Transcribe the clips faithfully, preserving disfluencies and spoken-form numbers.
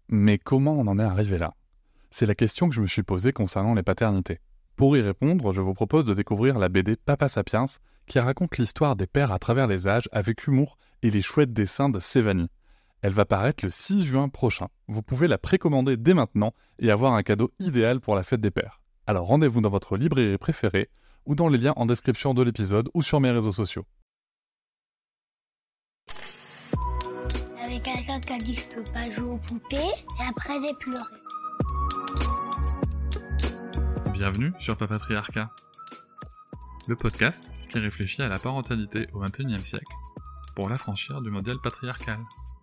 Mais comment on en est arrivé là? C'est la question que je me suis posée concernant les paternités. Pour y répondre, je vous propose de découvrir la B D Papa Sapiens, qui raconte l'histoire des pères à travers les âges avec humour et les chouettes dessins de Sévanie. Elle va paraître le six juin prochain. Vous pouvez la précommander dès maintenant et avoir un cadeau idéal pour la fête des pères. Alors rendez-vous dans votre librairie préférée ou dans les liens en description de l'épisode ou sur mes réseaux sociaux. Avec quelqu'un qui a dit que je peux pas jouer aux poupées et après j'ai pleuré. Bienvenue sur Papatriarcat, le podcast qui réfléchit à la parentalité au vingt et unième siècle pour l'affranchir du modèle patriarcal.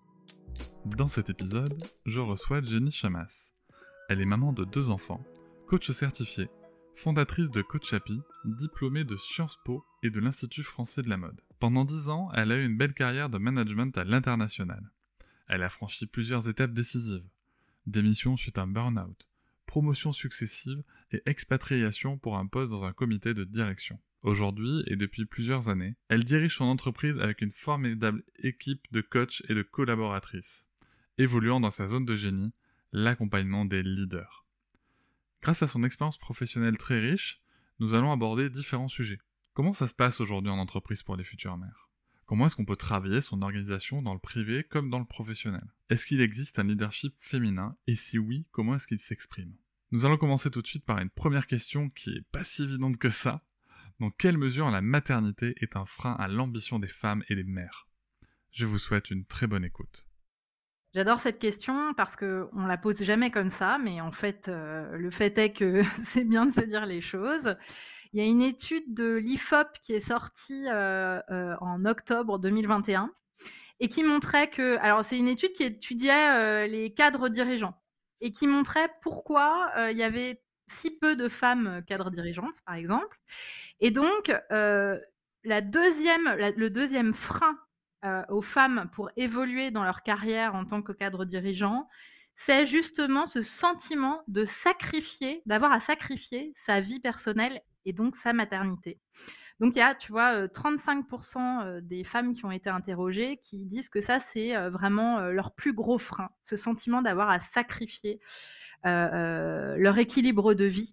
Dans cet épisode, je reçois Jenny Chamas. Elle est maman de deux enfants, coach certifiée, fondatrice de Coachapi, diplômée de Sciences Po et de l'Institut français de la mode. Pendant dix ans, elle a eu une belle carrière de management à l'international. Elle a franchi plusieurs étapes décisives. Démission suite à un burn-out, promotions successives et expatriation pour un poste dans un comité de direction. Aujourd'hui, et depuis plusieurs années, elle dirige son entreprise avec une formidable équipe de coachs et de collaboratrices, évoluant dans sa zone de génie, l'accompagnement des leaders. Grâce à son expérience professionnelle très riche, nous allons aborder différents sujets. Comment ça se passe aujourd'hui en entreprise pour les futures mères ? Comment est-ce qu'on peut travailler son organisation dans le privé comme dans le professionnel ? Est-ce qu'il existe un leadership féminin ? Et si oui, comment est-ce qu'il s'exprime ? Nous allons commencer tout de suite par une première question qui est pas si évidente que ça. Dans quelle mesure la maternité est un frein à l'ambition des femmes et des mères ? Je vous souhaite une très bonne écoute. J'adore cette question parce qu'on la pose jamais comme ça, mais en fait, euh, le fait est que c'est bien de se dire les choses. Il y a une étude de l'I F O P qui est sortie euh, euh, en octobre deux mille vingt et un et qui montrait que, alors c'est une étude qui étudiait euh, les cadres dirigeants et qui montrait pourquoi euh, il y avait si peu de femmes cadres dirigeantes, par exemple. Et donc, euh, la deuxième, la- le deuxième frein euh, aux femmes pour évoluer dans leur carrière en tant que cadre dirigeant, c'est justement ce sentiment de sacrifier, d'avoir à sacrifier sa vie personnelle et donc sa maternité. Donc il y a, tu vois, euh, trente-cinq pour cent euh, des femmes qui ont été interrogées qui disent que ça, c'est euh, vraiment euh, leur plus gros frein, ce sentiment d'avoir à sacrifier euh, euh, leur équilibre de vie.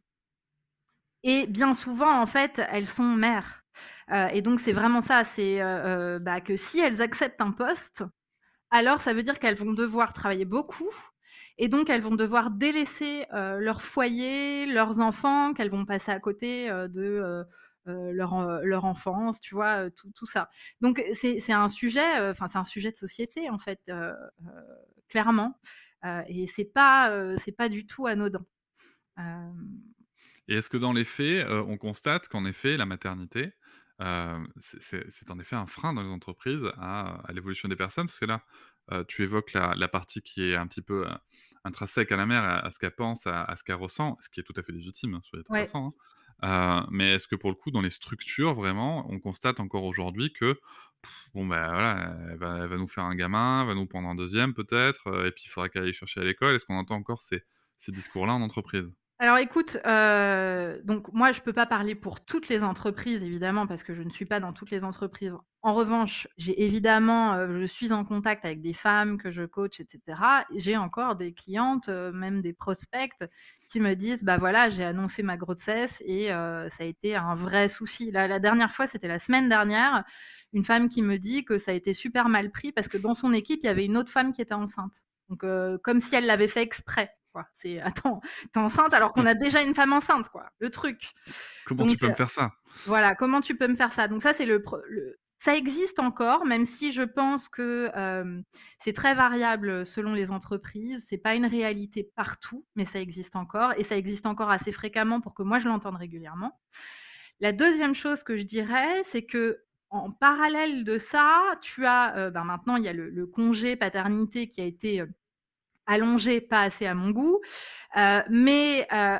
Et bien souvent, en fait, elles sont mères. Euh, et donc, c'est vraiment ça, c'est euh, euh, bah, que si elles acceptent un poste, alors ça veut dire qu'elles vont devoir travailler beaucoup. Et donc, elles vont devoir délaisser euh, leur foyer, leurs enfants, qu'elles vont passer à côté euh, de euh, euh, leur, euh, leur enfance, tu vois, euh, tout, tout ça. Donc, c'est, c'est un sujet, euh, enfin, c'est un sujet de société, en fait, euh, euh, clairement. Euh, et c'est pas, euh, c'est pas du tout anodin. Euh, Et est-ce que dans les faits, euh, on constate qu'en effet, la maternité, euh, c'est, c'est- c'est en effet un frein dans les entreprises à, à l'évolution des personnes? Parce que là, euh, tu évoques la, la partie qui est un petit peu euh, intrinsèque à la mère, à, à ce qu'elle pense, à, à ce qu'elle ressent, ce qui est tout à fait légitime, hein, soyez très ouais. patient, hein. Euh, mais est-ce que pour le coup, dans les structures, vraiment, on constate encore aujourd'hui que, pff, bon, ben voilà, elle va, elle va nous faire un gamin, elle va nous prendre un deuxième peut-être, euh, et puis il faudra qu'elle aille chercher à l'école. Est-ce qu'on entend encore ces, ces discours-là en entreprise? Alors écoute, heu, donc moi je peux pas parler pour toutes les entreprises évidemment parce que je ne suis pas dans toutes les entreprises. En revanche, j'ai évidemment, heu, je suis en contact avec des femmes que je coach et cetera. J'ai encore des clientes, heu, même des prospects qui me disent: «Bah voilà, j'ai annoncé ma grossesse et heu, ça a été un vrai souci». Là, la dernière fois, c'était la semaine dernière, une femme qui me dit que ça a été super mal pris parce que dans son équipe, il y avait une autre femme qui était enceinte. Donc heu, comme si elle l'avait fait exprès, quoi. C'est attends, tu es enceinte alors qu'on a déjà une femme enceinte, quoi, le truc. Comment tu Donc, peux me euh, faire ça? voilà, comment tu peux me faire ça? Donc ça, c'est le, le... Ça existe encore, même si je pense que euh, c'est très variable selon les entreprises. C'est pas une réalité partout, mais ça existe encore. Et ça existe encore assez fréquemment pour que moi, je l'entende régulièrement. La deuxième chose que je dirais, c'est que en parallèle de ça, tu as, euh, ben maintenant, il y a le, le congé paternité qui a été euh, allongé, pas assez à mon goût. Euh, mais euh,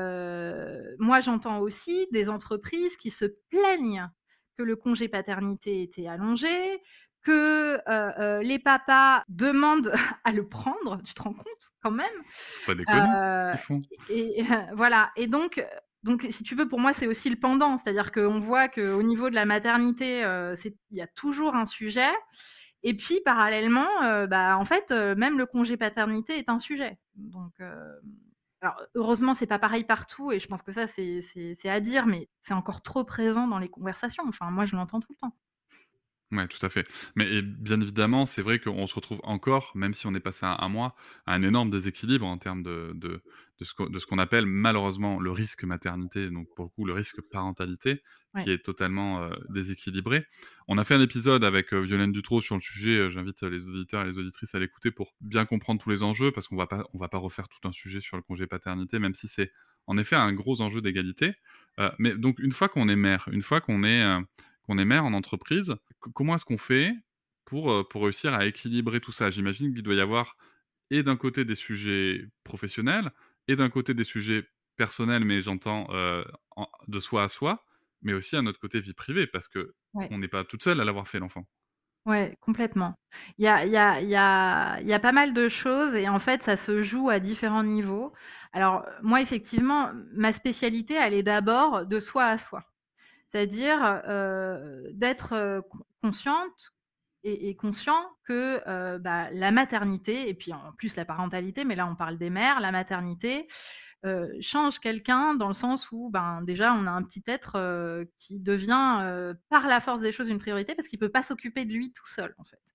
euh, moi, j'entends aussi des entreprises qui se plaignent que le congé paternité était allongé, que euh, euh, les papas demandent à le prendre, tu te rends compte quand même. Faut pas déconner, ce Euh, qu'ils font. et, et, voilà. Et donc, donc, si tu veux, pour moi, c'est aussi le pendant. C'est-à-dire qu'on voit qu'au niveau de la maternité, euh, c'est- il y a toujours un sujet. Et puis parallèlement, heu, bah, en fait, heu, même le congé paternité est un sujet. Donc, heu, alors heureusement, c'est pas pareil partout et je pense que ça, c'est c'est c'est à dire, mais c'est encore trop présent dans les conversations. Enfin, moi, je l'entends tout le temps. Ouais, tout à fait. Mais et bien évidemment, c'est vrai qu'on se retrouve encore, même si on est passé à un mois, à un énorme déséquilibre en termes de de de ce qu'on de ce qu'on appelle malheureusement le risque maternité, donc pour le coup le risque parentalité, Ouais. qui est totalement, heu, déséquilibré. On a fait un épisode avec, heu, Violaine Dutrot sur le sujet, heu, j'invite, heu, les auditeurs et les auditrices à l'écouter pour bien comprendre tous les enjeux, parce qu'on va pas on va pas refaire tout un sujet sur le congé paternité, même si c'est en effet un gros enjeu d'égalité. Heu, mais donc une fois qu'on est mère, une fois qu'on est, heu, qu'on est mère en entreprise, co comment est-ce qu'on fait pour, heu, pour réussir à équilibrer tout ça? J'imagine qu'il doit y avoir et d'un côté des sujets professionnels et d'un côté des sujets personnels, mais j'entends, heu, en de soi à soi, mais aussi à notre côté vie privée parce Ouais. qu'on n'est pas toute seule à l'avoir fait l'enfant. Ouais, complètement. Il y a il y a il y a il y a pas mal de choses et en fait, ça se joue à différents niveaux. Alors, moi, effectivement, ma spécialité, elle est d'abord de soi à soi. C'est-à-dire, heu, d'être, heu, con consciente et et conscient que, heu, bah, la maternité et puis en plus la parentalité, mais là on parle des mères, la maternité, heu, change quelqu'un dans le sens où, ben, déjà on a un petit être, heu, qui devient, heu, par la force des choses une priorité parce qu'il peut pas s'occuper de lui tout seul, en fait.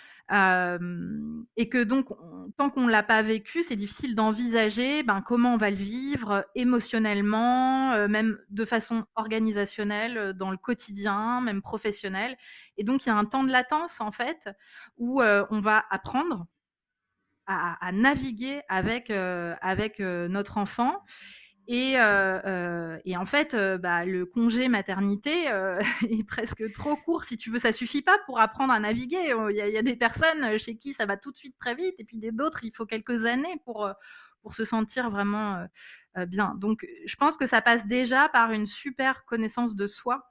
Hem et que donc on tant qu'on l'a pas vécu, c'est difficile d'envisager, ben, comment on va le vivre, heu, émotionnellement, heu, même de façon organisationnelle, heu, dans le quotidien, même professionnel et donc il y a un temps de latence en fait où, heu, on va apprendre à à naviguer avec, heu, avec, heu, notre enfant et heu heu et en fait, heu, bah, le congé maternité, heu, est presque trop court si tu veux. Ça suffit pas pour apprendre à naviguer. Heu, il y a il y a des personnes, heu, chez qui ça va tout de suite très vite et puis des d'autres, il faut quelques années pour, heu, pour se sentir vraiment, heu heu, bien. Donc je pense que ça passe déjà par une super connaissance de soi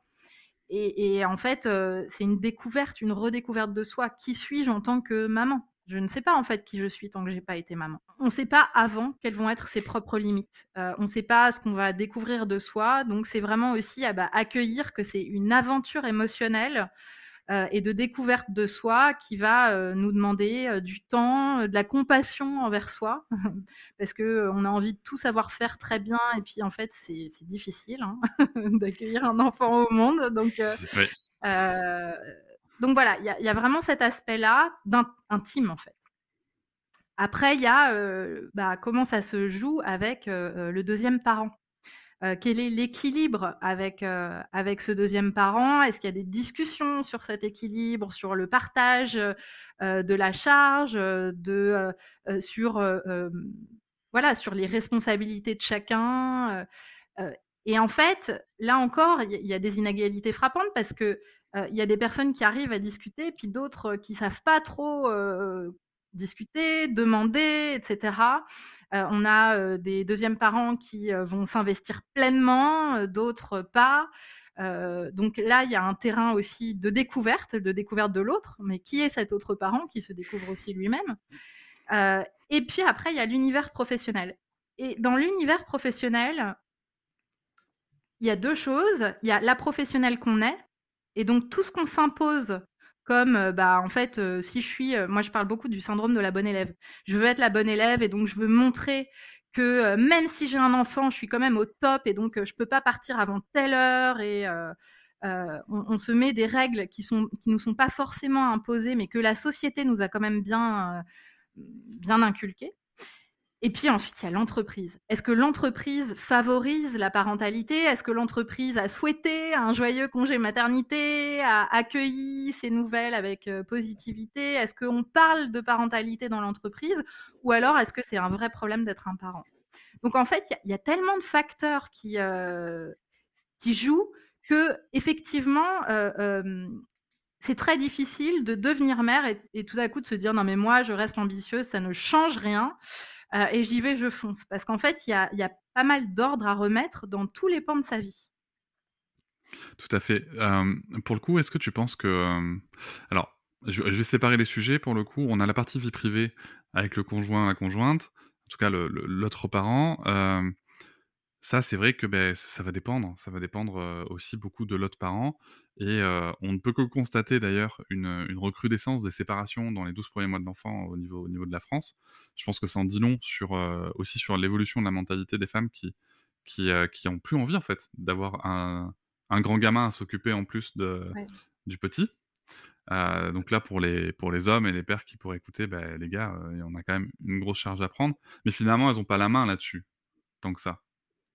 et et en fait, heu, c'est une découverte, une redécouverte de soi. Qui suis-je en tant que maman? Je ne sais pas en fait qui je suis tant que j'ai pas été maman. On ne sait pas avant quelles vont être ses propres limites. Heu, on ne sait pas ce qu'on va découvrir de soi, donc c'est vraiment aussi, ah bah, accueillir que c'est une aventure émotionnelle, heu et de découverte de soi qui va, heu, nous demander, heu, du temps, heu, de la compassion envers soi. Parce que, heu, on a envie de tout savoir faire très bien et puis en fait c'est c'est difficile, hein, d'accueillir un enfant au monde donc heu Oui, heu, donc voilà, il y a il y a vraiment cet aspect-là d'in intime en fait. Après il y a, heu, bah, comment ça se joue avec, heu heu, le deuxième parent. Heu, quel est l'équilibre avec, heu, avec ce deuxième parent? Est-ce qu'il y a des discussions sur cet équilibre, sur le partage, heu heu, de la charge, heu, de, heu heu, sur, heu, hem, voilà, sur les responsabilités de chacun, heu heu et en fait, là encore, il y a il y a des inégalités frappantes parce que, heu, il y a des personnes qui arrivent à discuter, puis d'autres, heu, qui savent pas trop, heu, discuter, demander et cetera. Heu, on a, heu, des deuxièmes parents qui, heu, vont s'investir pleinement, heu, d'autres pas. Heu, donc là, il y a un terrain aussi de découverte, de découverte de l'autre, mais qui est cet autre parent qui se découvre aussi lui-même? Heu et puis après, il y a l'univers professionnel et dans l'univers professionnel, il y a deux choses. Il y a la professionnelle qu'on est et donc tout ce qu'on s'impose comme, heu, bah, en fait, heu, si je suis, heu moi je parle beaucoup du syndrome de la bonne élève. Je veux être la bonne élève et donc je veux montrer que, heu, même si j'ai un enfant, je suis quand même au top et donc heu, je peux pas partir avant telle heure et heu heu, on on se met des règles qui sont qui nous sont pas forcément imposées, mais que la société nous a quand même bien, heu, bien inculquées. Et puis ensuite, il y a l'entreprise. Est-ce que l'entreprise favorise la parentalité? Est-ce que l'entreprise a souhaité un joyeux congé maternité, a accueilli ces nouvelles avec, heu, positivité? Est-ce qu'on parle de parentalité dans l'entreprise? Ou alors est-ce que c'est un vrai problème d'être un parent? Donc en fait, il y a il y a tellement de facteurs qui, heu, qui jouent qu'effectivement, heu, hem, c'est très difficile de devenir mère et et tout à coup de se dire: «Non mais moi je reste ambitieuse, ça ne change rien». Heu et j'y vais, je fonce. Parce qu'en fait, il y a il y a pas mal d'ordre à remettre dans tous les pans de sa vie. tout à fait. Hem, pour le coup, est-ce que tu penses que, hem alors, je je vais séparer les sujets pour le coup. On a la partie vie privée avec le conjoint, la conjointe, en tout cas le le l'autre parent. Hem Ça, c'est vrai que, beh, ça va dépendre. Ça va dépendre, heu, aussi beaucoup de l'autre parent et heu, on ne peut que constater d'ailleurs une, heu, une recrudescence des séparations dans les douze premiers mois de l'enfant au niveau au niveau de la France. Je pense que ça en dit long sur, heu, aussi sur l'évolution de la mentalité des femmes qui qui, heu, qui ont plus envie en fait d'avoir un un grand gamin à s'occuper en plus de Ouais. du petit. Heu, donc là pour les pour les hommes et les pères qui pourraient écouter, bah, les gars, heu, on a quand même une grosse charge à prendre. Mais finalement, elles ont pas la main là-dessus, tant que ça.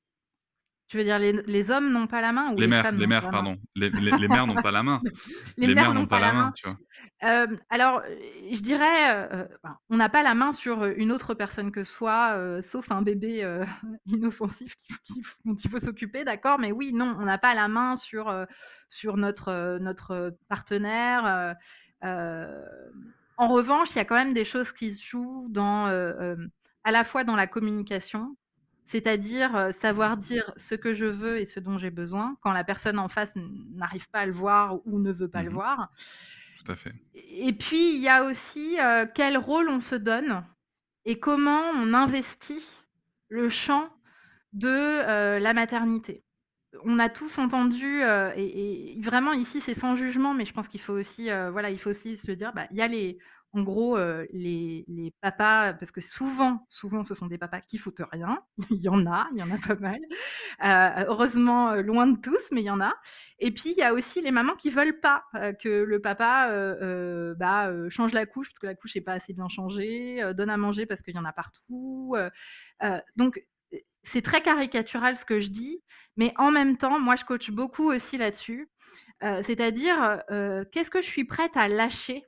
Tu veux dire les les hommes n'ont pas la main ou Les les mères femmes les n'ont pas mères, la main? pardon. Les les les mères n'ont pas la main. Les Les mères mères n'ont n'ont pas pas la la main, main. tu vois? Hem, alors, heu, je dirais, heu heu, ben, on n'a pas la main sur, heu, une autre personne que soi, heu, sauf un bébé, heu, inoffensif qu'il f qu'il f dont il faut s'occuper, d'accord? Mais oui, non, on n'a pas la main sur, heu, sur notre, heu, notre, heu, partenaire, heu, hem, en revanche, il y a quand même des choses qui se jouent dans, heu, hem, à la fois dans la communication, c'est-à-dire, heu, savoir dire ce que je veux et ce dont j'ai besoin quand la personne en face n n'arrive pas à le voir ou ne veut pas le Mmh mh. voir. Tout à fait. Et et puis il y a aussi, heu, quel rôle on se donne et comment on investit le champ de, heu, la maternité. On a tous entendu, heu et et vraiment ici c'est sans jugement, mais je pense qu'il faut aussi, heu, voilà, il faut aussi se dire, bah, il y a les en gros, heu, les les papas parce que souvent, souvent ce sont des papas qui foutent rien. Il y en a, il y en a pas mal. Heu, heureusement, heu, loin de tous, mais il y en a. Et puis il y a aussi les mamans qui veulent pas, heu, que le papa, heu heu, bah, heu, change la couche parce que la couche est pas assez bien changée, heu, donne à manger parce qu'il y en a partout, heu heu, donc heu, c'est très caricatural ce que je dis, mais en même temps, moi je coach beaucoup aussi là-dessus. Heu, c'est-à-dire, heu, qu'est-ce que je suis prête à lâcher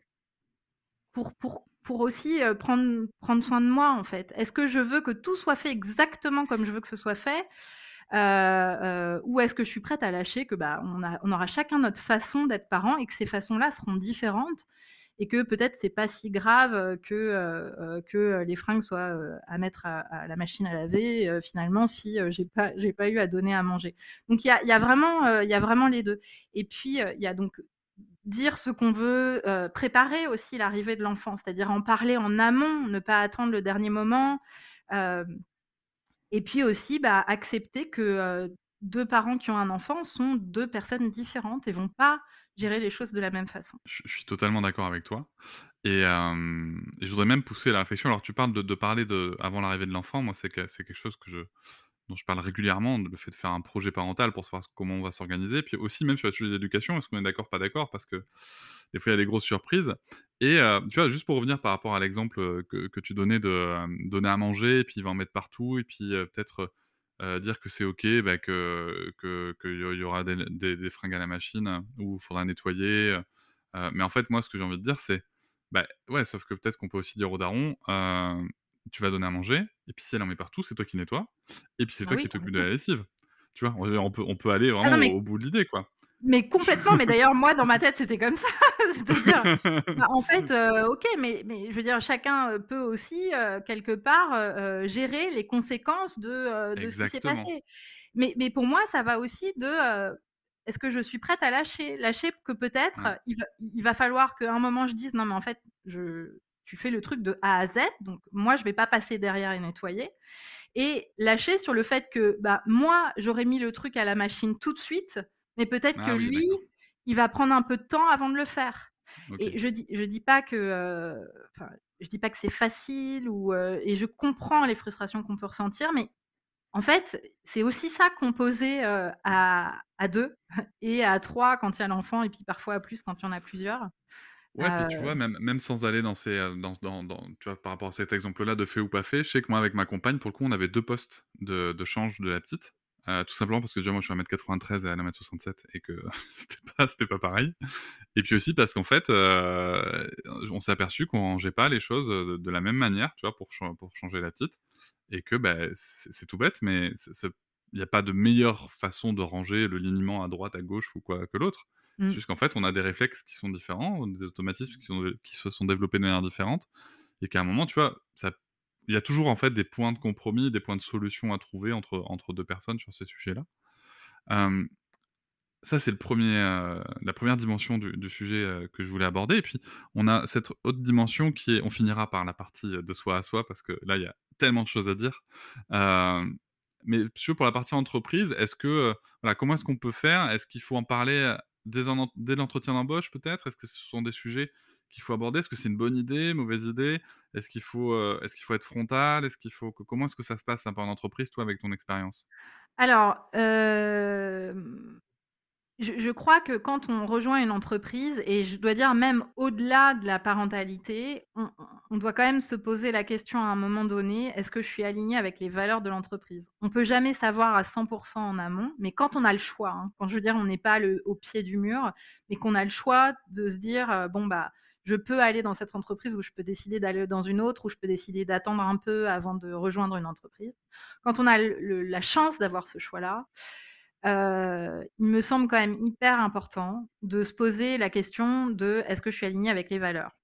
pour pour pour aussi, heu, prendre prendre soin de moi, en fait? Est-ce que je veux que tout soit fait exactement comme je veux que ce soit fait? Heu heu, ou est-ce que je suis prête à lâcher que, bah, on a on aura chacun notre façon d'être parent et que ces façons-là seront différentes et que peut-être c'est pas si grave, heu, que, heu heu, que, heu, les fringues soient, heu, à mettre à à la machine à laver, heu, finalement si, heu, j'ai pas j'ai pas eu à donner à manger. Donc il y a il y a vraiment, heu, il y a vraiment les deux. Et puis, heu, il y a donc dire ce qu'on veut, heu, préparer aussi l'arrivée de l'enfant, c'est-à-dire en parler en amont, ne pas attendre le dernier moment, hem et puis aussi, bah, accepter que, heu, deux parents qui ont un enfant sont deux personnes différentes et vont pas gérer les choses de la même façon. Je je suis totalement d'accord avec toi et hem et je voudrais même pousser la réflexion. Alors tu parles de de parler de avant l'arrivée de l'enfant, moi c'est que c'est quelque chose que je dont je parle régulièrement, le fait de faire un projet parental pour savoir s comment on va s'organiser. Puis aussi même sur le sujet de l'éducation, est-ce qu'on est d'accord, pas d'accord? Parce que des fois il y a des grosses surprises et heu, tu vois, juste pour revenir par rapport à l'exemple, heu, que que tu donnais de, hem, donner à manger et puis il va en mettre partout et puis, heu, peut-être, heu dire que c'est OK, bah, que que qu'il y y aura des des des fringues à la machine ou il faudra nettoyer, heu heu, mais en fait, moi, ce que j'ai envie de dire, c'est, bah, ouais, sauf que peut-être qu'on peut aussi dire au daron, hem: «Tu vas donner à manger et puis si elle en met partout, c'est toi qui nettoies et puis c'est Ah toi qui oui, en t'occupes de effet. la lessive». Tu vois? On on peut on peut aller Ah vraiment non, au mais au bout de l'idée, quoi. mais complètement, mais d'ailleurs moi dans ma tête c'était comme ça. C'est-à-dire, bah, en fait, heu, OK, mais mais je veux dire chacun, heu, peut aussi, heu, quelque part, heu heu, gérer les conséquences de, heu, de ce qui s'est Exactement. passé. Mais mais pour moi, ça va aussi de, heu, est-ce que je suis prête à lâcher? Lâcher que peut-être Ouais. il va il va falloir qu'à un moment je dise: «Non mais en fait, je tu fais le truc de A à Z, donc moi je vais pas passer derrière et nettoyer» et lâcher sur le fait que, bah, moi j'aurais mis le truc à la machine tout de suite, mais peut-être que Ah oui, lui, d'accord. il va prendre un peu de temps avant de le faire. OK. Et je dis je dis pas que, heu, enfin, je dis pas que c'est facile ou, heu et je comprends les frustrations qu'on peut ressentir, mais en fait, c'est aussi ça composer, heu, à à deux et à trois quand il y a l'enfant et puis parfois à plus quand il y en a plusieurs. Ouais, puis Heu, tu vois, même même sans aller dans ces, heu, dans dans dans tu vois, par rapport à cet exemple-là de fait ou pas fait, je sais que moi, avec ma compagne, pour le coup, on avait deux postes de de change de la petite, heu, tout simplement parce que déjà moi je suis un mètre quatre-vingt-treize et elle un mètre soixante-sept et que c'était pas c'était pas pareil et puis aussi parce qu'en fait, heu, on s'est aperçu qu'on rangeait pas les choses, heu, de la même manière, tu vois, pour chan pour changer la petite et que, bah, c'est c'est tout bête, mais ce ce il y a pas de meilleure façon de ranger le liniment à droite, à gauche ou quoi que l'autre. C'est mmh, juste qu'en fait, on a des réflexes qui sont différents, des automatismes qui sont qui se sont développés de manière différente et qu'à un moment, tu vois, ça il y a toujours, en fait, des points de compromis, des points de solution à trouver entre entre deux personnes sur ces sujets-là. Hem, Ça, c'est le premier, er la première dimension du du sujet, heu, que je voulais aborder et puis on a cette autre dimension qui est on finira par la partie, heu, de soi à soi parce que là, il y a tellement de choses à dire. Hem, Mais sur pour la partie entreprise, est-ce que, heu, voilà, comment est-ce qu'on peut faire? Est-ce qu'il faut en parler, heu, dès en dès l'entretien d'embauche peut-être? Est-ce que ce sont des sujets qu'il faut aborder? Est-ce que c'est une bonne idée, mauvaise idée? Est-ce qu'il faut, heu, est-ce qu'il faut être frontal? Est-ce qu'il faut co comment est-ce que ça se passe un peu en entreprise, toi, avec ton expérience? Alors, hem Je je crois que quand on rejoint une entreprise et je dois dire même au-delà de la parentalité, on on on doit quand même se poser la question à un moment donné: «Est-ce que je suis aligné avec les valeurs de l'entreprise?» On peut jamais savoir à cent pour cent en amont, mais quand on a le choix, hein, quand je veux dire on n'est pas le au pied du mur, mais qu'on a le choix de se dire, heu: «Bon, bah, je peux aller dans cette entreprise ou je peux décider d'aller dans une autre ou je peux décider d'attendre un peu avant de rejoindre une entreprise». Quand on a le le la chance d'avoir ce choix-là, Heu, il me semble quand même hyper important de se poser la question de: «Est-ce que je suis aligné avec les valeurs?»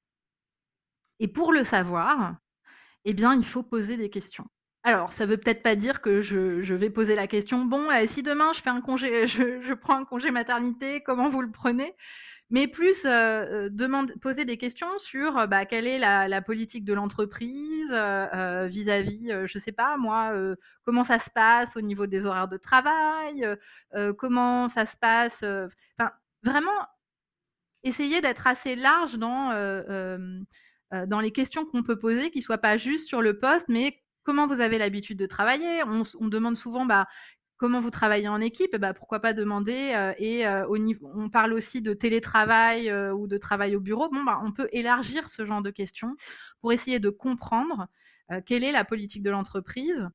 Et pour le savoir, eh bien, il faut poser des questions. Alors, ça veut peut-être pas dire que je je vais poser la question: «Bon, heu, si demain je fais un congé je je prends un congé maternité, comment vous le prenez?» Mais plus, heu heu, demande poser des questions sur, heu, bah, quelle est la la politique de l'entreprise, heu heu, vis-à-vis, heu, je sais pas moi, heu, comment ça se passe au niveau des horaires de travail, heu heu, comment ça se passe, heu, enfin, vraiment essayer d'être assez large dans, heu, hem, heu, dans les questions qu'on peut poser, qui soient pas juste sur le poste, mais comment vous avez l'habitude de travailler? On s on demande souvent, bah, comment vous travaillez en équipe? Et bah, pourquoi pas demander, heu et heu, au niveau on parle aussi de télétravail, heu, ou de travail au bureau. Bon, bah, on peut élargir ce genre de questions pour essayer de comprendre, heu, quelle est la politique de l'entreprise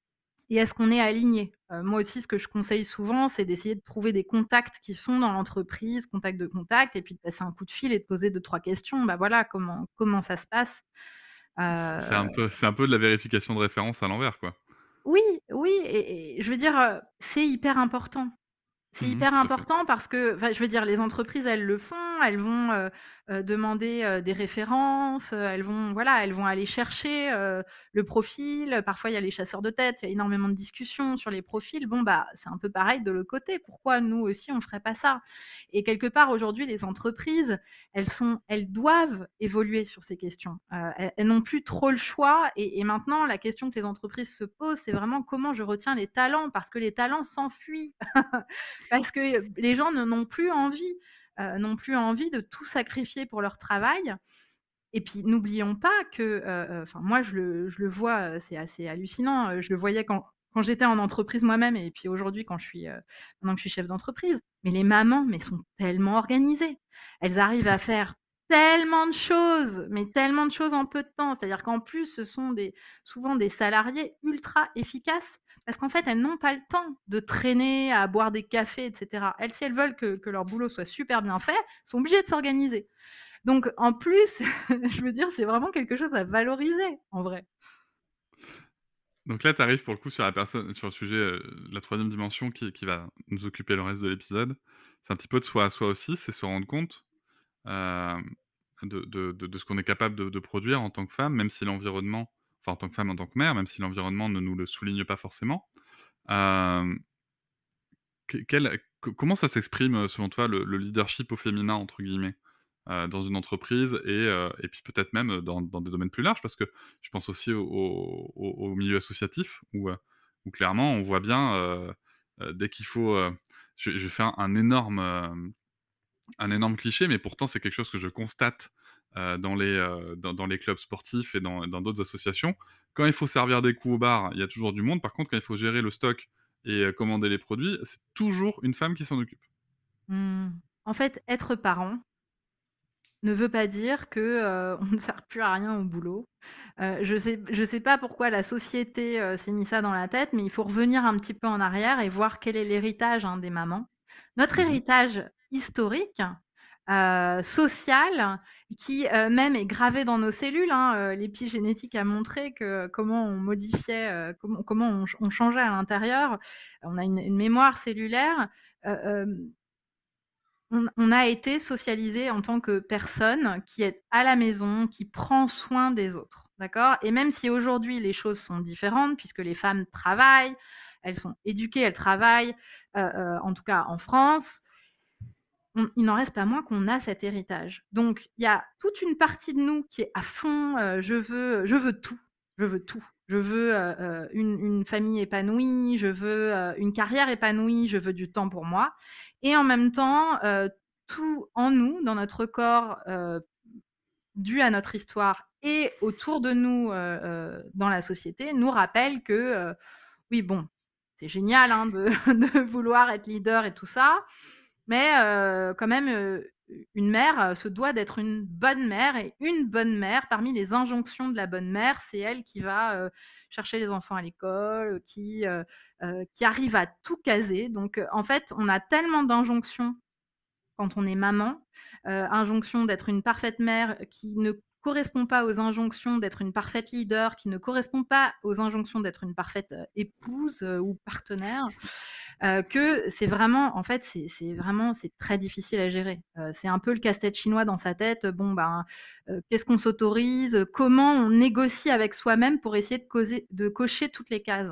et est-ce qu'on est aligné? Heu, moi aussi, ce que je conseille souvent, c'est d'essayer de trouver des contacts qui sont dans l'entreprise, contact de contact et puis de passer un coup de fil et de poser deux trois questions. Bah, voilà, comment comment ça se passe? C'est c'est Heu, un peu c'est un peu de la vérification de référence à l'envers, quoi. oui, oui et et je veux dire, heu, c'est hyper important. C'est Mmh, hyper tout à fait. important parce que enfin, je veux dire, les entreprises, elles le font. Elles vont, heu heu, demander, heu, des références, heu, elles vont voilà, elles vont aller chercher, heu, le profil. Parfois, il y a les chasseurs de tête, il y a énormément de discussions sur les profils. Bon, bah, c'est un peu pareil de l'autre côté. Pourquoi nous aussi, on ferait pas ça? Et quelque part, aujourd'hui, les entreprises, elles sont elles doivent évoluer sur ces questions. Heu, elles elles n'ont plus trop le choix et et maintenant, la question que les entreprises se posent, c'est vraiment: «Comment je retiens les talents?» parce que les talents s'enfuient. Parce que les gens n'en ont plus envie, heu, n'ont plus envie de tout sacrifier pour leur travail et puis n'oublions pas que, heu heu, enfin moi je le je le vois, heu, c'est assez hallucinant, heu, je le voyais quand quand j'étais en entreprise moi-même et puis aujourd'hui quand je suis, heu, maintenant que je suis chef d'entreprise. Mais les mamans, mais sont tellement organisées. Elles arrivent à faire tellement de choses, mais tellement de choses en peu de temps. C'est-à-dire qu'en plus ce sont des souvent des salariés ultra efficaces parce qu'en fait elles n'ont pas le temps de traîner à boire des cafés et cetera. Elles, si elles veulent que que leur boulot soit super bien fait, sont obligées de s'organiser. Donc en plus, je veux dire, c'est vraiment quelque chose à valoriser, en vrai. Donc là, tu arrives pour le coup sur la personne sur le sujet, heu, la troisième dimension qui qui va nous occuper le reste de l'épisode. C'est un petit peu de soi à soi aussi, c'est se rendre compte, hem, de de de de ce qu'on est capable de de produire en tant que femme, même si l'environnement enfin en tant que femme, en tant que mère, même si l'environnement ne nous le souligne pas forcément. Hem, que quel co comment ça s'exprime, heu, selon toi, le le «leadership au féminin» entre guillemets, heu, dans une entreprise et heu et puis peut-être même, dans dans des domaines plus larges? Parce que je pense aussi au au au au milieu associatif où, heu, où clairement on voit bien, heu heu, dès qu'il faut, heu je vais je vais faire un énorme, hem, un énorme cliché, mais pourtant c'est quelque chose que je constate, heu, dans les, heu, dans dans les clubs sportifs et dans dans d'autres associations. Quand il faut servir des coups au bar, il y a toujours du monde. Par contre, quand il faut gérer le stock et heu, commander les produits, c'est toujours une femme qui s'en occupe. Mmh. En fait, être parent ne veut pas dire que, heu, on ne sert plus à rien au boulot. Heu, je sais je sais pas pourquoi la société, heu, s'est mis ça dans la tête, mais il faut revenir un petit peu en arrière et voir quel est l'héritage, hein, des mamans. Notre Mmh. héritage historique, heu, social, qui, heu, même est gravé dans nos cellules, hein, heu, l'épigénétique a montré que comment on modifiait, heu, comment comment on ch on changeait à l'intérieur. On a une une mémoire cellulaire, heu, hem on on a été socialisé en tant que personne qui est à la maison, qui prend soin des autres, d'accord? Et même si aujourd'hui les choses sont différentes puisque les femmes travaillent, elles sont éduquées, elles travaillent, heu heu, en tout cas en France, on il n'en reste pas moins qu'on a cet héritage. Donc il y a toute une partie de nous qui est à fond, heu, je veux je veux tout, je veux tout. Je veux euh, euh, une, une famille épanouie, je veux euh, une carrière épanouie, je veux du temps pour moi. Et en même temps, euh, tout en nous, dans notre corps, euh, dû à notre histoire et autour de nous euh, euh, dans la société, nous rappelle que, euh, oui, bon, c'est génial hein, de, de vouloir être leader et tout ça, mais euh, quand même, euh, une mère euh, se doit d'être une bonne mère, et une bonne mère, parmi les injonctions de la bonne mère, c'est elle qui va euh, chercher les enfants à l'école, qui, euh, euh, qui arrive à tout caser. Donc, euh, en fait, on a tellement d'injonctions quand on est maman, euh, injonction d'être une parfaite mère qui ne correspond pas aux injonctions d'être une parfaite leader, qui ne correspond pas aux injonctions d'être une parfaite euh, épouse euh, ou partenaire, euh, que c'est vraiment, en fait, c'est, c'est vraiment, c'est très difficile à gérer. Euh, c'est un peu le casse-tête chinois dans sa tête. Bon, ben, euh, qu'est-ce qu'on s'autorise? Comment on négocie avec soi-même pour essayer de, causer, de cocher toutes les cases?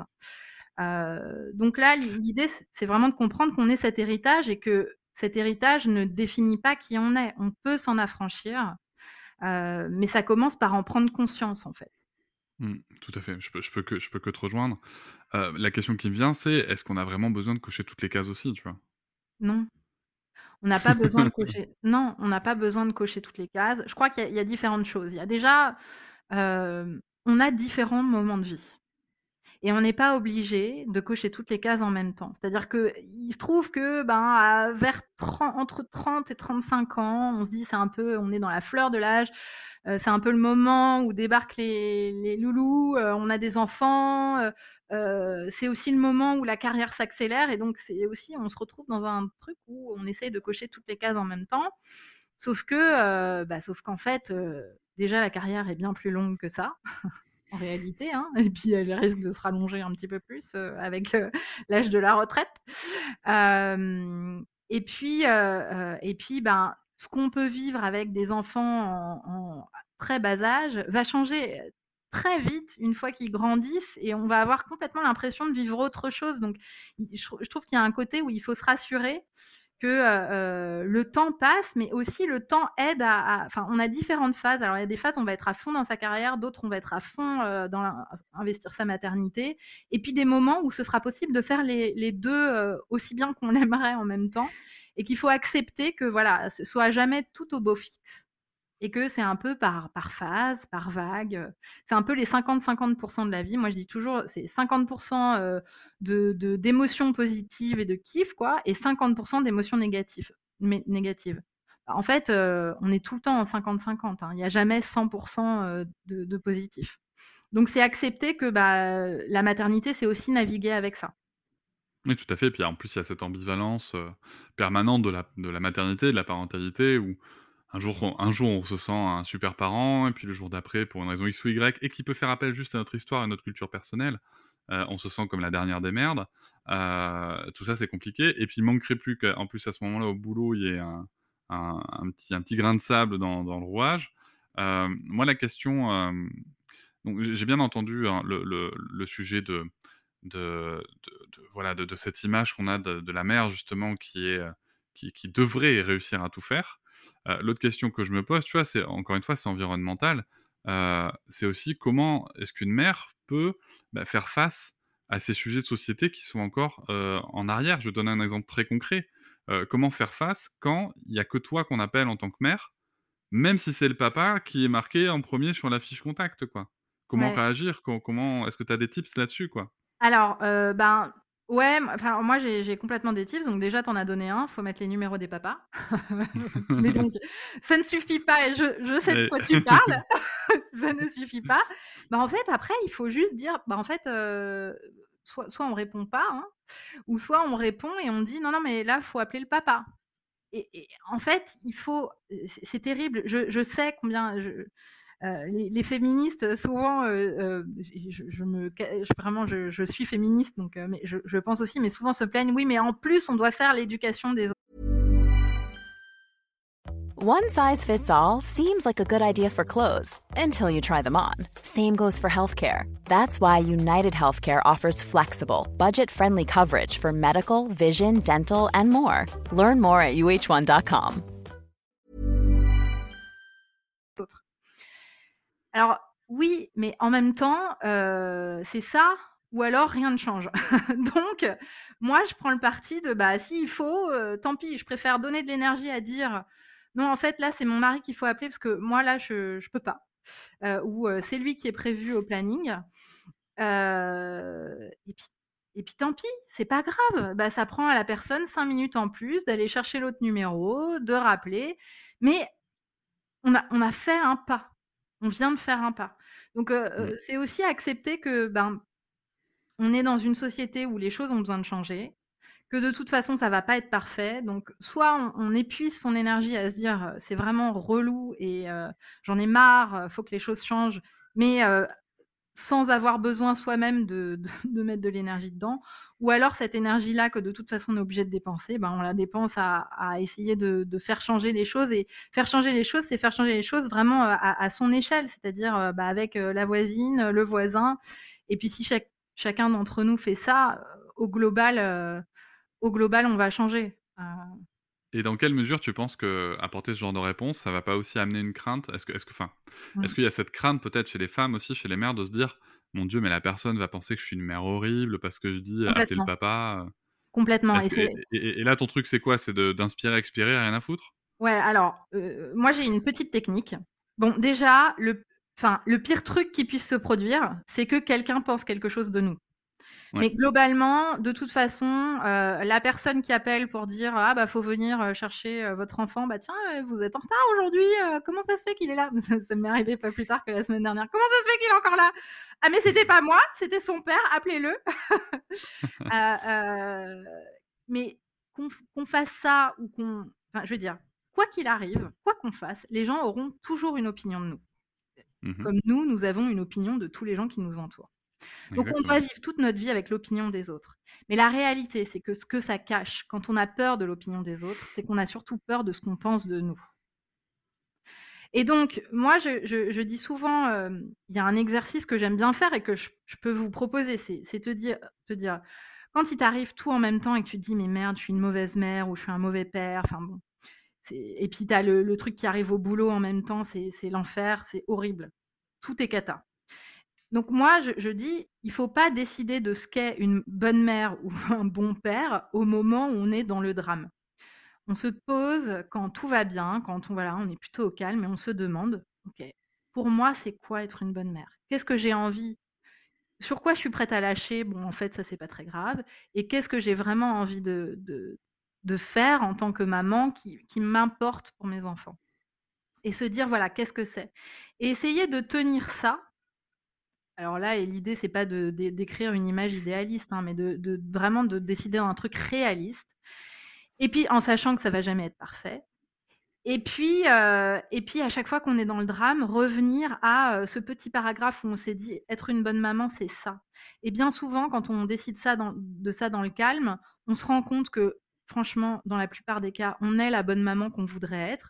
Euh, donc là, l'idée, c'est vraiment de comprendre qu'on ait cet héritage et que cet héritage ne définit pas qui on est. On peut s'en affranchir, euh, mais ça commence par en prendre conscience, en fait. Mmh, tout à fait, je peux je peux que je peux que te rejoindre. Heu, la question qui me vient, c'est est-ce qu'on a vraiment besoin de cocher toutes les cases aussi, tu vois? Non, on n'a pas besoin de cocher. Non, on n'a pas besoin de cocher toutes les cases. Je crois qu'il y a, il y a différentes choses. Il y a déjà, euh, on a différents moments de vie. Et on n'est pas obligé de cocher toutes les cases en même temps. C'est-à-dire qu'il se trouve que ben, à vers trente, entre trente et trente-cinq ans, on se dit c'est un peu, on est dans la fleur de l'âge, euh, c'est un peu le moment où débarquent les, les loulous, euh, on a des enfants, euh, euh, c'est aussi le moment où la carrière s'accélère, et donc c'est aussi, on se retrouve dans un truc où on essaye de cocher toutes les cases en même temps. Sauf que, euh, bah, sauf qu'en fait, euh, déjà la carrière est bien plus longue que ça en réalité, hein, et puis elle risque de se rallonger un petit peu plus euh, avec euh, l'âge de la retraite. Euh, et puis, euh, euh, et puis ben, ce qu'on peut vivre avec des enfants en, en très bas âge va changer très vite une fois qu'ils grandissent, et on va avoir complètement l'impression de vivre autre chose. Donc, je, je trouve qu'il y a un côté où il faut se rassurer que euh, le temps passe, mais aussi le temps aide à... Enfin, on a différentes phases. Alors, il y a des phases où on va être à fond dans sa carrière, d'autres on va être à fond euh, dans la, investir sa maternité, et puis des moments où ce sera possible de faire les, les deux euh, aussi bien qu'on l'aimerait en même temps, et qu'il faut accepter que voilà, ce soit jamais tout au beau fixe, et que c'est un peu par, par phase, par vague. C'est un peu les cinquante cinquante pour cent de la vie. Moi, je dis toujours, c'est cinquante pour cent euh, de, de, d'émotions positives et de kiff, quoi, et cinquante pour cent d'émotions négatives. Mais, négatives. En fait, euh, on est tout le temps en cinquante cinquante. Hein. Il n'y a jamais cent pour cent euh, de, de positif. Donc, c'est accepter que bah, la maternité, c'est aussi naviguer avec ça. Oui, tout à fait, et puis en plus, il y a cette ambivalence, heu, permanente de la de la maternité, de la parentalité où un jour on un jour on se sent un super parent et puis le jour d'après, pour une raison X ou Y et qui peut faire appel juste à notre histoire et à notre culture personnelle, heu, on se sent comme la dernière des merdes. Heu, tout ça, c'est compliqué et puis il manquerait plus qu'en plus à ce moment-là, au boulot, il y ait un un un petit un petit grain de sable dans dans le rouage. Hem, moi, la question, hem, donc j'ai j'ai bien entendu, hein, le le le sujet de de de de voilà, de de cette image qu'on a de de la mère justement qui est, heu, qui qui devrait réussir à tout faire. Heu, l'autre question que je me pose, tu vois, c'est encore une fois, c'est environnemental. Heu, c'est aussi comment est-ce qu'une mère peut, bah, faire face à ces sujets de société qui sont encore, heu, en arrière? Je donne un exemple très concret. Heu, comment faire face quand il y a que toi qu'on appelle en tant que mère, même si c'est le papa qui est marqué en premier sur la fiche contact, quoi? Comment Ouais. réagir? Co comment est-ce que tu as des tips là-dessus, quoi? Alors, heu, ben, ouais, m enfin, moi, j'ai j'ai complètement des tips. Donc déjà, tu en as donné un, faut mettre les numéros des papas. Mais donc, ça ne suffit pas, et je je sais de Et quoi tu parles. Ça ne suffit pas. Bah, en fait, après, il faut juste dire, bah, en fait, heu, soit soit on répond pas, hein, ou soit on répond et on dit: «Non, non, mais là, faut appeler le papa». Et et en fait, il faut, c'est c'est terrible. Je je sais combien je Heu, les les féministes, souvent, heu heu, je je me ca je vraiment je je suis féministe, donc heu, mais je je pense aussi, mais souvent se plaignent: «Oui, mais en plus, on doit faire l'éducation des». One size fits all seems like a good idea for clothes until you try them on. Same goes for healthcare. That's why United Healthcare offers flexible, budget-friendly coverage for medical, vision, dental, and more. Learn more at u h one dot com. autres. Alors, Oui, mais en même temps, heu, c'est ça ou alors rien ne change. Donc moi, je prends le parti de, bah, s'il faut, heu, tant pis, je préfère donner de l'énergie à dire: «Non, en fait, là, c'est mon mari qu'il faut appeler parce que moi, là, je je peux pas», heu, ou heu, «C'est lui qui est prévu au planning». Heu et puis et puis tant pis, c'est pas grave. Bah, ça prend à la personne cinq minutes en plus d'aller chercher l'autre numéro, de rappeler, mais on a on a fait un pas. On vient de faire un pas. Donc heu Mmh. heu, c'est aussi accepter que, ben, on est dans une société où les choses ont besoin de changer, que de toute façon ça va pas être parfait. Donc soit on on épuise son énergie à se dire, heu: «C'est vraiment relou et heu, j'en ai marre, heu, faut que les choses changent», mais heu sans avoir besoin soi-même de de de mettre de l'énergie dedans, ou alors cette énergie-là que de toute façon on est obligé de dépenser, ben, on la dépense à à essayer de de faire changer les choses, et faire changer les choses, c'est faire changer les choses vraiment, heu, à à son échelle. C'est-à-dire, heu, bah, avec, heu, la voisine, heu, le voisin, et puis si chac chacun d'entre nous fait ça, heu, au global, heu, au global, on va changer. Heu, Et dans quelle mesure tu penses qu'apporter ce genre de réponse, ça va pas aussi amener une crainte? Est-ce que est-ce que enfin, est-ce mmh, qu'il y a cette crainte peut-être chez les femmes aussi, chez les mères, de se dire: «Mon Dieu, mais la personne va penser que je suis une mère horrible parce que je dis, heu, appelez le complètement, papa», heu? complètement, Est-ce et que et c'est et et là ton truc c'est quoi? C'est de d'inspirer, expirer, rien à foutre? Ouais, alors, heu, moi j'ai une petite technique. Bon, déjà, le enfin, le pire truc qui puisse se produire, c'est que quelqu'un pense quelque chose de nous. Ouais. Mais globalement, de toute façon, heu, la personne qui appelle pour dire: «Ah bah, faut venir, heu, chercher, heu, votre enfant, bah, tiens, heu, vous êtes en retard aujourd'hui, heu, comment ça se fait qu'il est là?» Ça ça m'est arrivé pas plus tard que la semaine dernière. «Comment ça se fait qu'il est encore là?» «Ah mais c'était pas moi, c'était son père, appelez-le». Heu heu, mais qu'on f qu'on fasse ça ou qu'on enfin, je veux dire, quoi qu'il arrive, quoi qu'on fasse, les gens auront toujours une opinion de nous. Mmh. Comme nous, nous avons une opinion de tous les gens qui nous entourent. Donc on Exactement. doit vivre toute notre vie avec l'opinion des autres. Mais la réalité, c'est que ce que ça cache, quand on a peur de l'opinion des autres, c'est qu'on a surtout peur de ce qu'on pense de nous. Et donc moi, je je je dis souvent, hem, il y a un exercice que j'aime bien faire et que je je peux vous proposer, c'est c'est te dire te dire quand il t'arrive tout en même temps et que tu te dis: «Mais merde, je suis une mauvaise mère» ou «Je suis un mauvais père», enfin bon, c'est et puis tu as le le truc qui arrive au boulot en même temps, c'est c'est l'enfer, c'est horrible. Tout est cata. Donc moi, je je dis: «Il faut pas décider de ce qu'est une bonne mère ou un bon père au moment où on est dans le drame». On se pose quand tout va bien, quand on voilà, on est plutôt au calme, et on se demande: «OK, pour moi, c'est quoi être une bonne mère? Qu'est-ce que j'ai envie? Sur quoi je suis prête à lâcher? Bon, en fait, ça, c'est pas très grave. Et qu'est-ce que j'ai vraiment envie de de de faire en tant que maman qui qui m'importe pour mes enfants?» Et se dire: «Voilà, qu'est-ce que c'est?» Et essayer de tenir ça. Alors là, et l'idée, c'est pas de d'é d'écrire une image idéaliste, hein, mais de de vraiment de décider d'un truc réaliste, et puis en sachant que ça va jamais être parfait. Et puis, heu et puis à chaque fois qu'on est dans le drame, revenir à, heu, ce petit paragraphe où on s'est dit: «Être une bonne maman, c'est ça». Et bien souvent, quand on décide ça dans de ça dans le calme, on se rend compte que, franchement, dans la plupart des cas, on est la bonne maman qu'on voudrait être.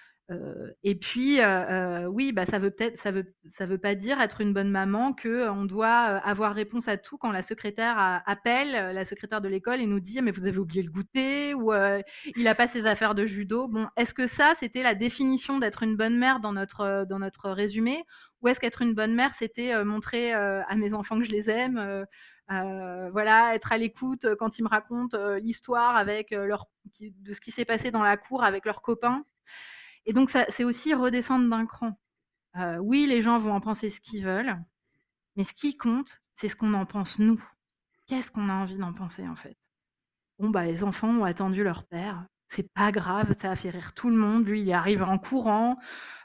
Heu et puis, heu heu, oui, bah, ça veut peut-être ça veut ça veut pas dire être une bonne maman qu'on doit, heu, avoir réponse à tout quand la secrétaire a appelle, heu, la secrétaire de l'école, et nous dit: «Mais vous avez oublié le goûter» ou heu, «Il a pas ses affaires de judo». Bon, est-ce que ça, c'était la définition d'être une bonne mère dans notre, heu, dans notre résumé? Ou est-ce qu'être une bonne mère, c'était, heu, montrer, heu, à mes enfants que je les aime, heu heu, voilà, être à l'écoute, heu, quand ils me racontent, heu, l'histoire avec, heu, leur qui de ce qui s'est passé dans la cour avec leurs copains? Et donc ça, c'est aussi redescendre d'un cran. Heu, oui, les gens vont en penser ce qu'ils veulent, mais ce qui compte, c'est ce qu'on en pense nous. Qu'est-ce qu'on a envie d'en penser, en fait? Bon, bah, les enfants ont attendu leur père, c'est pas grave, ça a fait rire tout le monde. Lui, il est arrivé en courant.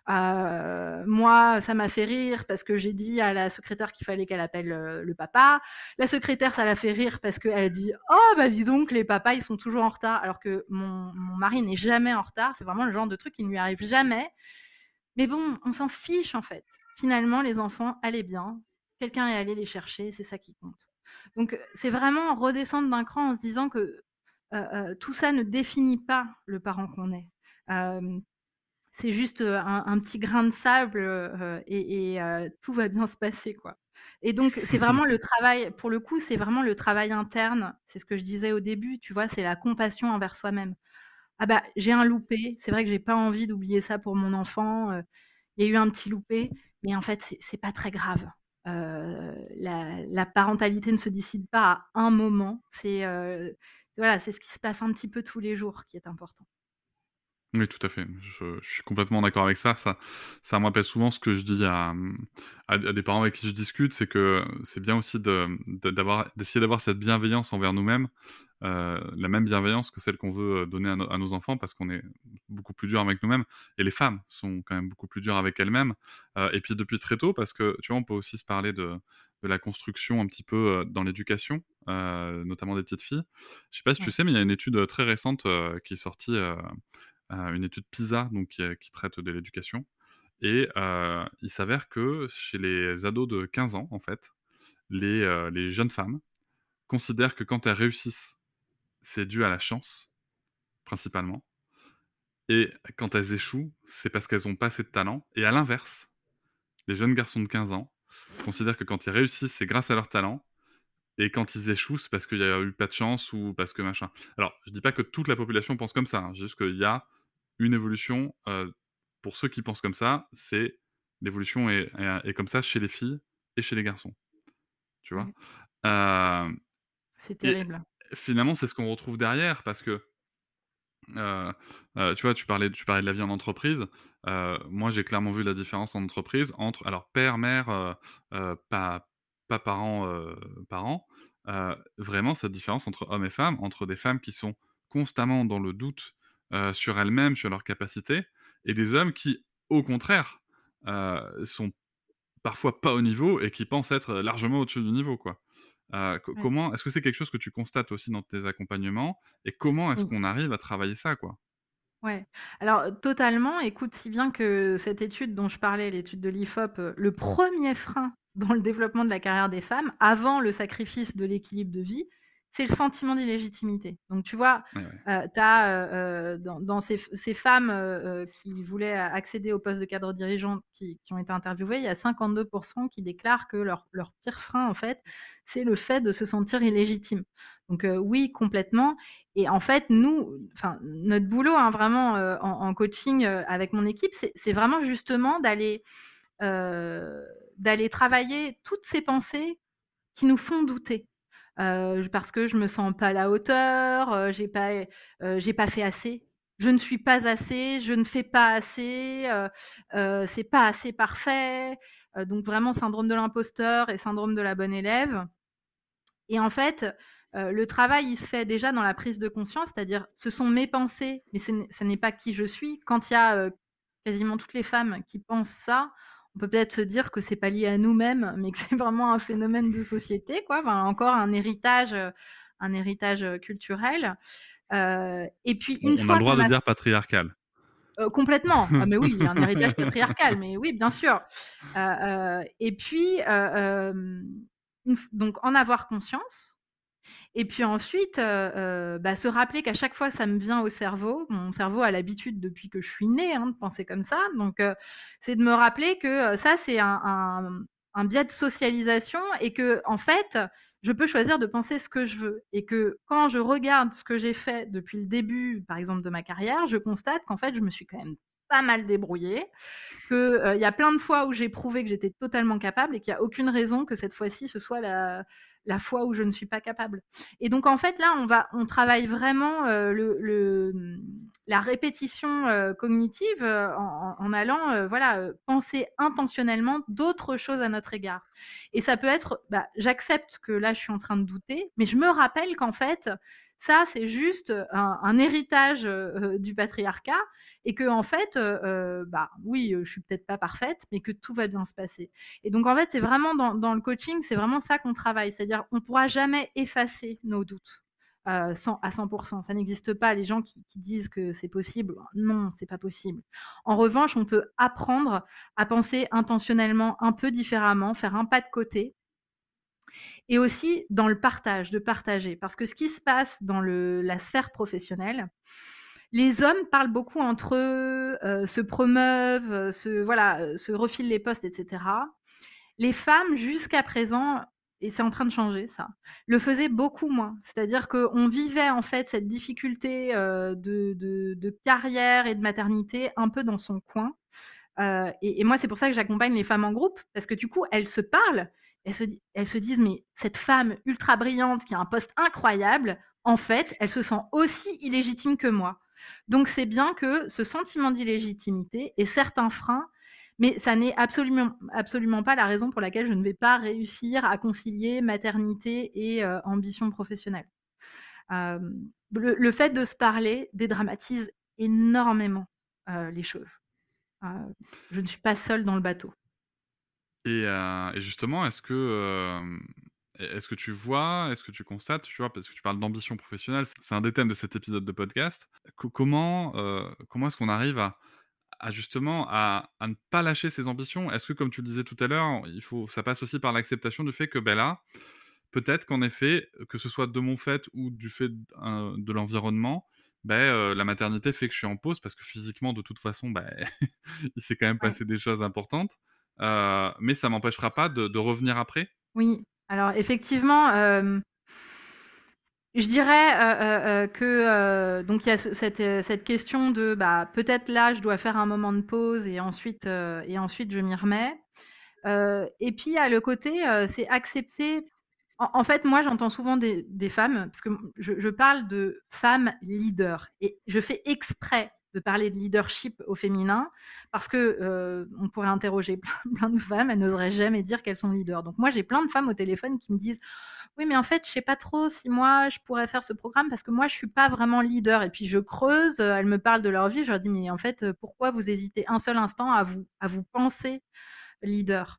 Heu, moi, ça m'a fait rire parce que j'ai dit à la secrétaire qu'il fallait qu'elle appelle, heu, le papa. La secrétaire, ça l'a fait rire parce qu'elle a dit: «Oh bah, dis donc, les papas, ils sont toujours en retard», alors que mon mon mari n'est jamais en retard. C'est vraiment le genre de truc qui ne lui arrive jamais. Mais bon, on s'en fiche, en fait. Finalement, les enfants allaient bien, quelqu'un est allé les chercher, c'est ça qui compte. Donc, heu, c'est vraiment redescendre d'un cran en se disant que, heu heu, tout ça ne définit pas le parent qu'on est. Hem, c'est juste, heu, un un petit grain de sable, heu heu et et heu, tout va bien se passer, quoi. Et donc c'est vraiment le travail, pour le coup, c'est vraiment le travail interne. C'est ce que je disais au début, tu vois? C'est la compassion envers soi-même. Ah bah, j'ai un loupé, c'est vrai que j'ai pas envie d'oublier ça pour mon enfant, heu, il y a eu un petit loupé, mais en fait, c'est c'est pas très grave. Heu, la la parentalité ne se décide pas à un moment. C'est, heu, voilà, c'est ce qui se passe un petit peu tous les jours qui est important. Oui, tout à fait. Je je suis complètement d'accord avec ça. Ça ça me rappelle souvent ce que je dis à, mmh, à à des parents avec qui je discute, c'est que c'est bien aussi de de d'avoir d'essayer d'avoir cette bienveillance envers nous-mêmes, heu, la même bienveillance que celle qu'on veut, donner à nos à nos enfants parce qu'on est beaucoup plus dur avec nous-mêmes et les femmes sont quand même beaucoup plus dures avec elles-mêmes, heu et puis depuis très tôt parce que, tu vois, on peut aussi se parler de de la construction un petit peu, heu, dans l'éducation, heu, notamment des petites filles. Je sais pas si tu Ouais. sais, mais il y a une étude, heu, très récente, heu, qui est sortie, heu heu, une étude PISA donc qui, heu, qui traite de l'éducation et heu, il s'avère que chez les ados de quinze ans, en fait, les, heu, les jeunes femmes considèrent que quand elles réussissent, c'est dû à la chance, principalement et quand elles échouent, c'est parce qu'elles ont pas assez de talent et à l'inverse, les jeunes garçons de quinze ans considèrent que quand ils réussissent, c'est grâce à leur talent et quand ils échouent, c'est parce qu'il y a eu pas de chance ou parce que machin. Alors, je dis pas que toute la population pense comme ça, hein, juste qu'il y a une évolution, heu, pour ceux qui pensent comme ça, c'est l'évolution est est est comme ça chez les filles et chez les garçons, tu vois? Ouais, Hem c'est et terrible. finalement, c'est ce qu'on retrouve derrière parce que, heu heu, tu vois, tu parlais tu parlais de la vie en entreprise. Heu, moi, j'ai clairement vu la différence en entreprise entre alors père, mère, heu heu, pas pas parents, heu, parents. Heu, vraiment cette différence entre hommes et femmes, entre des femmes qui sont constamment dans le doute, heu, sur elles-mêmes, sur leurs capacités et des hommes qui, au contraire, heu, sont parfois pas au niveau et qui pensent être largement au-dessus du niveau, quoi. Heu, co Ouais. comment est-ce que c'est quelque chose que tu constates aussi dans tes accompagnements et comment est-ce Oui. qu'on arrive à travailler ça, quoi? Ouais. Alors, heu, totalement, écoute, si bien que cette étude dont je parlais, l'étude de l'I F O P, heu, le premier frein dans le développement de la carrière des femmes, avant le sacrifice de l'équilibre de vie, c'est le sentiment d'illégitimité. Donc tu vois, Ouais, ouais. heu, tu as, dans dans ces f ces femmes, heu heu, qui voulaient a accéder au poste de cadre dirigeant qui qui ont été interviewées, il y a cinquante-deux qui déclarent que leur leur pire frein, en fait, c'est le fait de se sentir illégitime. Donc heu, oui, complètement et en fait, nous, enfin, notre boulot, hein, vraiment, heu, en en coaching, heu, avec mon équipe, c'est c'est vraiment justement d'aller, heu, d'aller travailler toutes ces pensées qui nous font douter. Heu, parce que je me sens pas à la hauteur, heu, j'ai pas heu, j'ai pas fait assez, je ne suis pas assez, je ne fais pas assez, heu heu, c'est pas assez parfait, heu, donc vraiment syndrome de l'imposteur et syndrome de la bonne élève. Et en fait, heu, le travail, il se fait déjà dans la prise de conscience, c'est-à-dire ce sont mes pensées, mais ce n'est ce n'est pas qui je suis. Quand il y a, heu, quasiment toutes les femmes qui pensent ça, on peut peut-être se dire que c'est pas lié à nous-mêmes, mais que c'est vraiment un phénomène de société, quoi, enfin encore un héritage, heu, un héritage, heu, culturel. Heu et puis On une on a le fois droit qu'on de a dire patriarcal. Heu, complètement. Ah mais oui, un héritage patriarcal, mais oui, bien sûr. Heu heu et puis, heu, hem, une f donc en avoir conscience et puis ensuite, heu heu, bah, se rappeler qu'à chaque fois ça me vient au cerveau, mon cerveau a l'habitude depuis que je suis née, hein, de penser comme ça, donc heu, c'est de me rappeler que, heu, ça c'est un un un biais de socialisation et qu'en fait, je peux choisir de penser ce que je veux et que quand je regarde ce que j'ai fait depuis le début, par exemple, de ma carrière, je constate qu'en fait, je me suis quand même pas mal débrouillée, que, heu, il y a plein de fois où j'ai prouvé que j'étais totalement capable et qu'il y a aucune raison que cette fois-ci, ce soit la la fois où je ne suis pas capable. Et donc en fait, là, on va on travaille vraiment, heu, le le, mmh, la répétition, heu, cognitive, heu, en en en allant, heu, voilà, heu, penser intentionnellement d'autres choses à notre égard. Et ça peut être, bah, j'accepte que là, je suis en train de douter, mais je me rappelle qu'en fait, ça, c'est juste, un un héritage, heu heu, du patriarcat et qu'en fait, heu heu, bah, oui, heu, je suis peut-être pas parfaite, mais que tout va bien se passer. Et donc en fait, c'est vraiment dans dans le coaching, c'est vraiment ça qu'on travaille. C'est-à-dire, on pourra jamais effacer nos doutes, heu, cent à cent. Ça n'existe pas. Les gens qui qui disent que c'est possible, non, c'est pas possible. En revanche, on peut apprendre à penser intentionnellement un peu différemment, faire un pas de côté et aussi dans le partage, de partager. Parce que ce qui se passe dans le la sphère professionnelle, les hommes parlent beaucoup entre eux, heu, se promeuvent, heu, se voilà, heu, se refilent les postes et cetera. Les femmes, jusqu'à présent, et c'est en train de changer ça, le faisaient beaucoup moins. C'est-à-dire qu'on vivait en fait cette difficulté, heu, de de de carrière et de maternité un peu dans son coin. Heu et et moi, c'est pour ça que j'accompagne les femmes en groupe parce que du coup, elles se parlent, elles se di elles se disent: «Mais cette femme ultra brillante qui a un poste incroyable, en fait, elle se sent aussi illégitime que moi». Donc c'est bien que ce sentiment d'illégitimité ait certes un frein, mais ça n'est absolument absolument pas la raison pour laquelle je ne vais pas réussir à concilier maternité et heu, ambition professionnelle. Hem, le le fait de se parler dédramatise énormément, heu, les choses. Heu, je ne suis pas seule dans le bateau. Et heu et justement, est-ce que, hem, est est-ce que tu vois, est-ce que tu constates, tu vois, parce que tu parles d'ambition professionnelle, c c'est un des thèmes de cet épisode de podcast. Co comment, heu, comment est-ce qu'on arrive à à justement à à ne pas lâcher ses ambitions? Est-ce que comme tu le disais tout à l'heure, il faut ça passe aussi par l'acceptation du fait que, beh, là, peut-être qu'en effet, que ce soit de mon fait ou du fait d heu, de l'environnement, beh, heu, la maternité fait que je suis en pause parce que physiquement de toute façon, beh, il s'est quand même Ouais. passé des choses importantes, heu, mais ça m'empêchera pas de de revenir après? Oui, alors effectivement, hem je dirais, heu heu heu, que, heu, donc il y a ce cette, heu, cette question de, bah, peut-être là, je dois faire un moment de pause et ensuite, heu et ensuite je m'y remets. Heu et puis il y a le côté, heu, c'est accepter en en fait, moi, j'entends souvent des des femmes parce que m je je parle de femmes leaders et je fais exprès de parler de leadership au féminin parce que, heu, on pourrait interroger plein plein de femmes, elles n'oseraient jamais dire qu'elles sont leaders. Donc moi, j'ai plein de femmes au téléphone qui me disent: «Oui, mais en fait, je sais pas trop si moi, je pourrais faire ce programme parce que moi, je suis pas vraiment leader» et puis je creuse, heu, elles me parlent de leur vie, je leur dis: «Mais en fait, heu, pourquoi vous hésitez un seul instant à vous à vous penser leader?»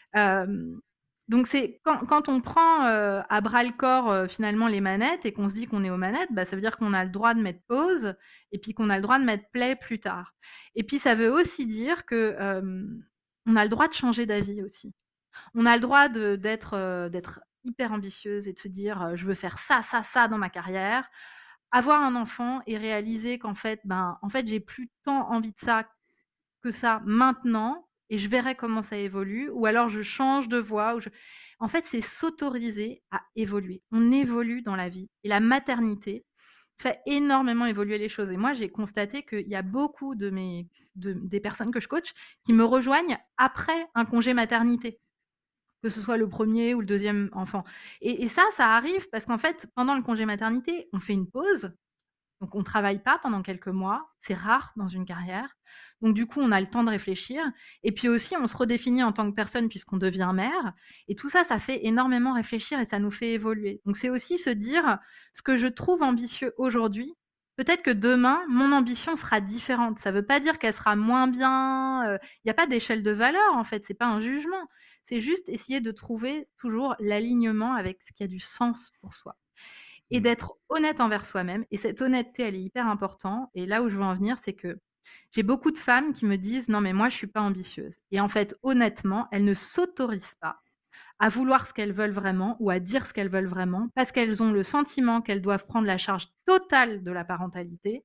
Hem, donc c'est quand quand on prend, heu, à bras le corps, heu, finalement les manettes et qu'on se dit qu'on est aux manettes, bah, ça veut dire qu'on a le droit de mettre pause et puis qu'on a le droit de mettre play plus tard. Et puis ça veut aussi dire que, hem, on a le droit de changer d'avis aussi. On a le droit de d'être, heu, d'être hyper ambitieuse et de se dire, heu: «Je veux faire ça, ça, ça dans ma carrière». Avoir un enfant et réaliser qu'en fait, ben, en fait, j'ai plus tant envie de ça que ça maintenant et je verrai comment ça évolue ou alors je change de voie ou je en fait, c'est s'autoriser à évoluer. On évolue dans la vie et la maternité fait énormément évoluer les choses et moi, j'ai constaté qu'il y a beaucoup de mes de des personnes que je coach qui me rejoignent après un congé maternité, que ce soit le premier ou le deuxième enfant et et ça, ça arrive parce qu'en fait, pendant le congé maternité, on fait une pause donc on travaille pas pendant quelques mois, c'est rare dans une carrière. Donc du coup, on a le temps de réfléchir et puis aussi on se redéfinit en tant que personne puisqu'on devient mère et tout ça, ça fait énormément réfléchir et ça nous fait évoluer. Donc c'est aussi se dire: «Ce que je trouve ambitieux aujourd'hui, peut-être que demain, mon ambition sera différente». Ça veut pas dire qu'elle sera moins bien, heu, il y a pas d'échelle de valeur en fait, c'est pas un jugement. C'est juste essayer de trouver toujours l'alignement avec ce qui a du sens pour soi. Et Mmh. d'être honnête envers soi-même et cette honnêteté, elle est hyper important et là où je veux en venir, c'est que j'ai beaucoup de femmes qui me disent: «Non mais moi je suis pas ambitieuse» et en fait, honnêtement, elles ne s'autorisent pas à vouloir ce qu'elles veulent vraiment ou à dire ce qu'elles veulent vraiment parce qu'elles ont le sentiment qu'elles doivent prendre la charge totale de la parentalité,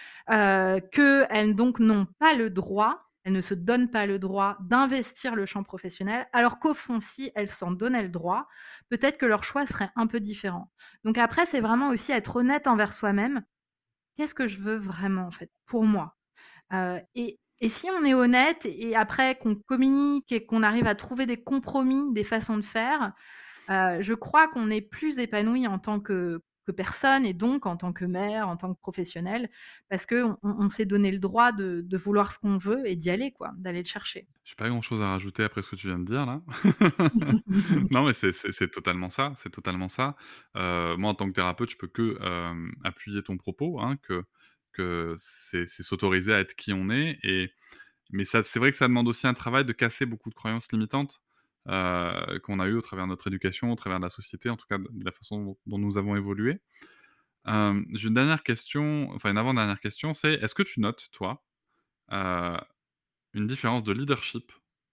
heu, qu'elles donc n'ont pas le droit, elles ne se donnent pas le droit d'investir le champ professionnel, alors qu'au fond, si elles s'en donnaient le droit, peut-être que leur choix serait un peu différent. Donc après, c'est vraiment aussi être honnête envers soi-même. Qu'est-ce que je veux vraiment en fait, pour moi? Heu et et si on est honnête et après qu'on communique et qu'on arrive à trouver des compromis, des façons de faire, Heu, je crois qu'on est plus épanoui en tant que que personne et donc en tant que mère, en tant que professionnelle, parce qu'on on on s'est donné le droit de de vouloir ce qu'on veut et d'y aller quoi, d'aller le chercher. J'ai pas grand-chose à rajouter après ce que tu viens de dire là. Non, mais c'est c'est c'est totalement ça, c'est totalement ça. Heu, moi, en tant que thérapeute, je peux que, hem, appuyer ton propos, hein, que que c'est c'est s'autoriser à être qui on est et mais ça c'est vrai que ça demande aussi un travail de casser beaucoup de croyances limitantes, heu, qu'on a eues au travers de notre éducation, au travers de la société, en tout cas de de la façon dont dont nous avons évolué. Hem, j'ai une dernière question, enfin une avant-dernière question, c'est est-ce que tu notes, toi, heu, une différence de leadership.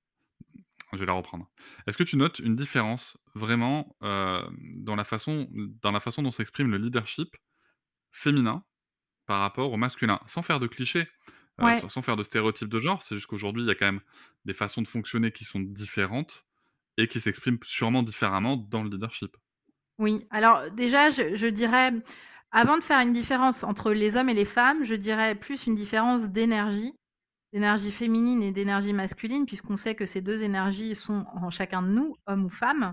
Je vais la reprendre. Est-ce que tu notes une différence vraiment, heu, dans la façon dans la façon dont s'exprime le leadership féminin par rapport au masculin? Sans faire de clichés, heu, Ouais, sans sans faire de stéréotypes de genre, c'est juste qu'aujourd'hui, il y a quand même des façons de fonctionner qui sont différentes et qui s'expriment sûrement différemment dans le leadership. oui. Alors déjà, je je dirais, avant de faire une différence entre les hommes et les femmes, je dirais plus une différence d'énergie. d'énergie féminine et d'énergie masculine, puisqu'on sait que ces deux énergies sont en chacun de nous, hommes ou femmes.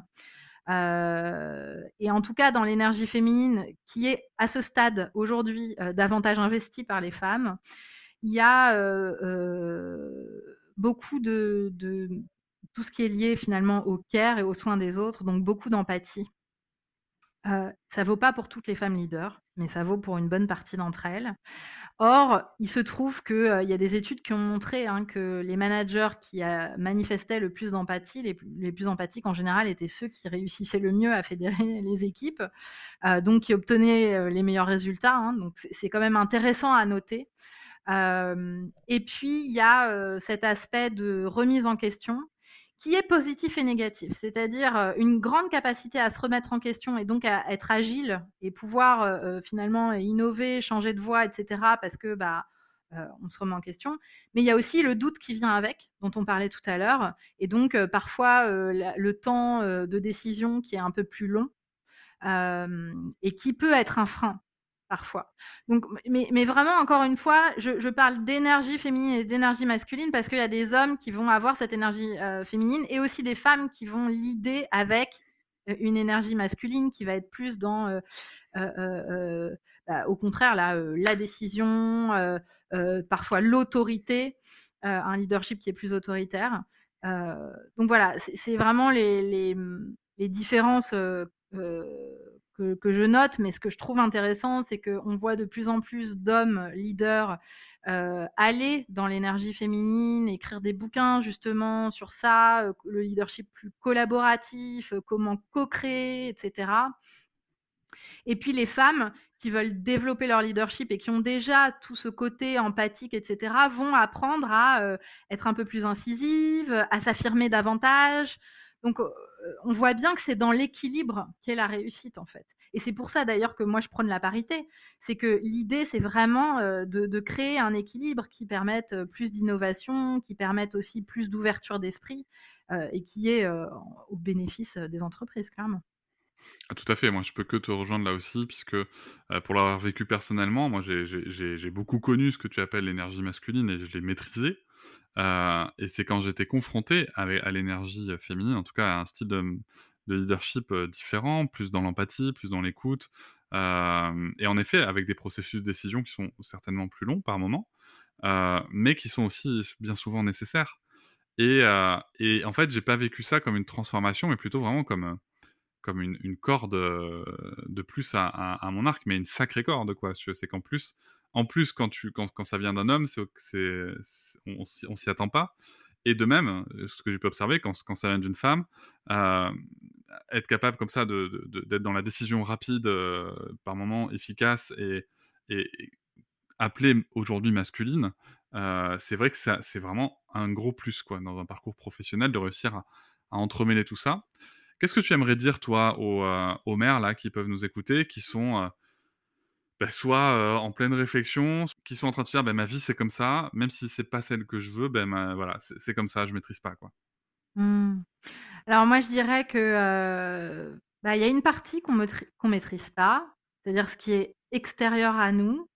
Heu et en tout cas, dans l'énergie féminine qui est, à ce stade, aujourd'hui, heu, davantage investie par les femmes, il y a, heu heu, beaucoup de de tout ce qui est lié finalement au care et aux soins des autres, donc beaucoup d'empathie. Heu, ça vaut pas pour toutes les femmes leaders, mais ça vaut pour une bonne partie d'entre elles. Or, il se trouve que, heu, il y a des études qui ont montré, hein, que les managers qui, heu, manifestaient le plus d'empathie, les plus les plus empathiques en général étaient ceux qui réussissaient le mieux à fédérer les équipes, heu, donc qui obtenaient, heu, les meilleurs résultats, hein, donc c'est c'est quand même intéressant à noter. Hem et puis il y a, heu, cet aspect de remise en question qui est positif et négatif. C'est-à-dire, heu, une grande capacité à se remettre en question et donc à être agile et pouvoir, heu heu, finalement innover, changer de voie et cetera parce que, bah, heu, on se remet en question. Mais il y a aussi le doute qui vient avec, dont on parlait tout à l'heure et donc heu, parfois, heu, la le temps, heu, de décision qui est un peu plus long, hem et qui peut être un frein, parfois. Donc mais mais vraiment encore une fois, je je parle d'énergie féminine et d'énergie masculine parce qu'il y a des hommes qui vont avoir cette énergie, heu, féminine et aussi des femmes qui vont leader avec, heu, une énergie masculine qui va être plus dans, heu heu heu heu, bah, au contraire là, heu, la décision, heu heu, parfois l'autorité, heu, un leadership qui est plus autoritaire. Heu, donc voilà, c'est c'est vraiment les les, mmh, les différences, heu heu, que que je note, mais ce que je trouve intéressant, c'est qu'on voit de plus en plus d'hommes leaders, heu, aller dans l'énergie féminine, écrire des bouquins justement sur ça, heu, le leadership plus collaboratif, heu, comment co-créer et cetera. Et puis les femmes qui veulent développer leur leadership et qui ont déjà tout ce côté empathique et cetera, vont apprendre à, heu, être un peu plus incisives, à s'affirmer davantage. Donc, heu, on voit bien que c'est dans l'équilibre qu'est la réussite, en fait. Et c'est pour ça d'ailleurs que moi je prône la parité. C'est que l'idée, c'est vraiment, heu, de de créer un équilibre qui permette, heu, plus d'innovation, qui permette aussi plus d'ouverture d'esprit, heu, et qui est, heu, au bénéfice, des entreprises, clairement. Ah tout à fait, moi je peux que te rejoindre là aussi puisque, heu, pour l'avoir vécu personnellement, moi j'ai j'ai j'ai j'ai beaucoup connu ce que tu appelles l'énergie masculine et je l'ai maîtrisée, heu et c'est quand j'étais confronté avec à l'énergie, heu, féminine, en tout cas à un style de, mmh, de leadership, heu, différent, plus dans l'empathie, plus dans l'écoute, hem et en effet avec des processus de décision qui sont certainement plus longs par moments, heu, mais qui sont aussi bien souvent nécessaires et heu et en fait j'ai pas vécu ça comme une transformation mais plutôt vraiment comme, heu comme une une corde, heu, de plus à à à mon arc, mais une sacrée corde, quoi. Si tu veux, c'est qu'en plus en plus quand tu quand quand ça vient d'un homme, c'est c'est c'est on on s'y on s'y attend pas et de même, heu, ce que j'ai pu observer quand quand ça vient d'une femme, hem, être capable comme ça de de de d'être dans la décision rapide, heu, par moments efficace et et et appelée aujourd'hui masculine, heu, c'est vrai que ça c'est vraiment un gros plus, quoi, dans un parcours professionnel de réussir à à entremêler tout ça. Qu'est-ce que tu aimerais dire toi aux, heu, aux mères là qui peuvent nous écouter, qui sont, heu, bah, soit, heu, en pleine réflexion, qui sont en train de se dire: «Bah, ma vie c'est comme ça, même si c'est pas celle que je veux, ben ma voilà, c'est c'est comme ça, je maîtrise pas, quoi». Mmh. Alors moi, je dirais que, heu, bah, il y a une partie qu'on maîtri qu'on maîtrise pas, c'est-à-dire ce qui est extérieur à nous,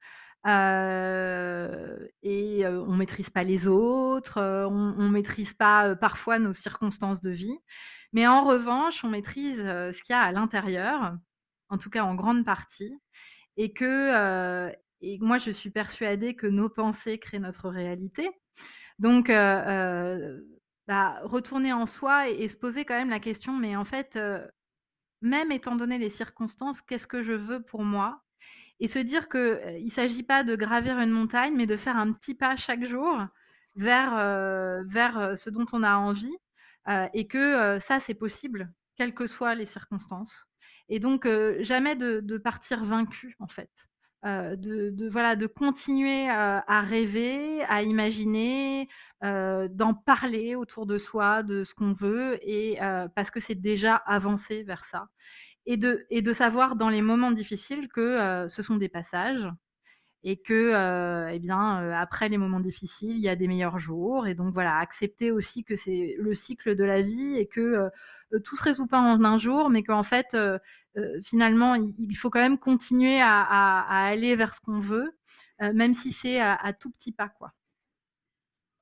heu et heu, on maîtrise pas les autres, heu, on on maîtrise pas, heu, parfois nos circonstances de vie. Mais en revanche, on maîtrise, heu, ce qu'il y a à l'intérieur, en tout cas en grande partie et que, heu et moi je suis persuadée que nos pensées créent notre réalité. Donc, heu heu, bah, retourner en soi et et se poser quand même la question: «Mais en fait, heu, même étant donné les circonstances, qu'est-ce que je veux pour moi?» Et se dire que, heu, il s'agit pas de gravir une montagne, mais de faire un petit pas chaque jour vers, heu, vers, heu, ce dont on a envie, heu et que, heu, ça, c'est possible, quelles que soient les circonstances et donc, heu, jamais de de partir vaincu, en fait. Heu, de de voilà, de continuer, heu, à rêver, à imaginer, heu, d'en parler autour de soi, de ce qu'on veut et heu, parce que c'est déjà avancer vers ça et de et de savoir dans les moments difficiles que, heu, ce sont des passages et que, heu et bien, heu, après les moments difficiles, il y a des meilleurs jours et donc voilà, accepter aussi que c'est le cycle de la vie et que, heu heu, tout se résout pas en un jour, mais qu'en fait, heu heu, finalement, il il faut quand même continuer à à à aller vers ce qu'on veut, heu, même si c'est à à tout petits pas, quoi.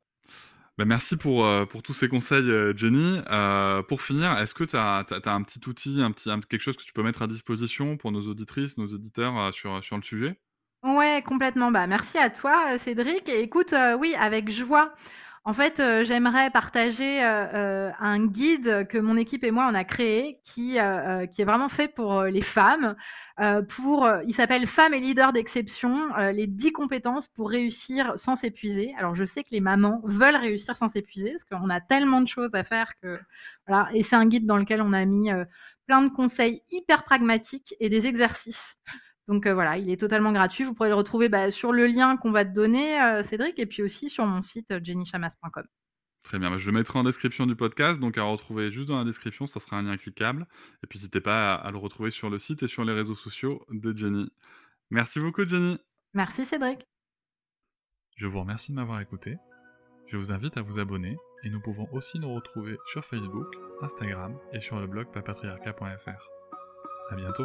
Bah, merci pour, euh, pour tous ces conseils, euh, Jenny. Euh, pour finir, est-ce que tu as un petit outil, un petit, un- quelque chose que tu peux mettre à disposition pour nos auditrices, nos auditeurs euh, sur, sur le sujet? Ouais, complètement. Bah, merci à toi, heu, Cédric et écoute, heu, oui, avec joie. En fait, heu, j'aimerais partager, heu heu, un guide que mon équipe et moi on a créé qui, heu heu, qui est vraiment fait pour, heu, les femmes, heu, pour, heu il s'appelle «Femmes et leaders d'exception, heu, les dix compétences pour réussir sans s'épuiser». Alors je sais que les mamans veulent réussir sans s'épuiser parce qu'on a tellement de choses à faire que voilà et c'est un guide dans lequel on a mis, heu, plein de conseils hyper pragmatiques et des exercices. Donc heu, voilà, il est totalement gratuit. Vous pourrez le retrouver, bah, sur le lien qu'on va te donner, heu, Cédric et puis aussi sur mon site, heu, jenny chamas point com. Très bien, bah, je le mettrai en description du podcast, donc à retrouver juste dans la description, ça sera un lien cliquable. Et puis n'hésitez pas à, à le retrouver sur le site et sur les réseaux sociaux de Jenny. Merci beaucoup, Jenny. Merci Cédric. Je vous remercie de m'avoir écouté. Je vous invite à vous abonner et nous pouvons aussi nous retrouver sur Facebook, Instagram et sur le blog papatriarca point f r. À bientôt.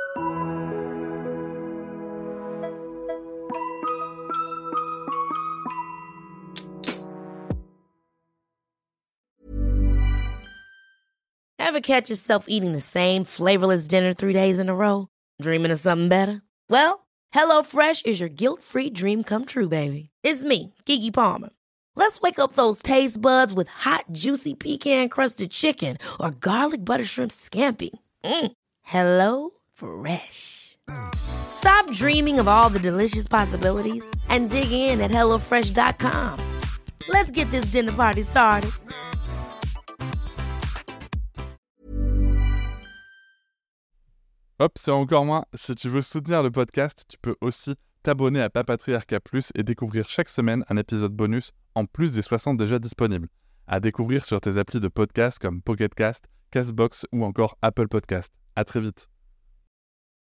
Ever catch yourself eating the same flavorless dinner three days in a row? Dreaming of something better? Well, HelloFresh is your guilt-free dream come true, baby. It's me, Keke Palmer. Let's wake up those taste buds with hot, juicy pecan-crusted chicken or garlic butter shrimp scampi. Mm. Hello Fresh. Stop dreaming of all the delicious possibilities and dig in at hello fresh dot com. Let's get this dinner party started. Hop, c'est encore moins. Si tu veux soutenir le podcast, tu peux aussi t'abonner à Papatriarca Plus et découvrir chaque semaine un épisode bonus en plus des soixante déjà disponibles. À découvrir sur tes applis de podcast comme Pocket Cast, Castbox ou encore Apple Podcast. À très vite.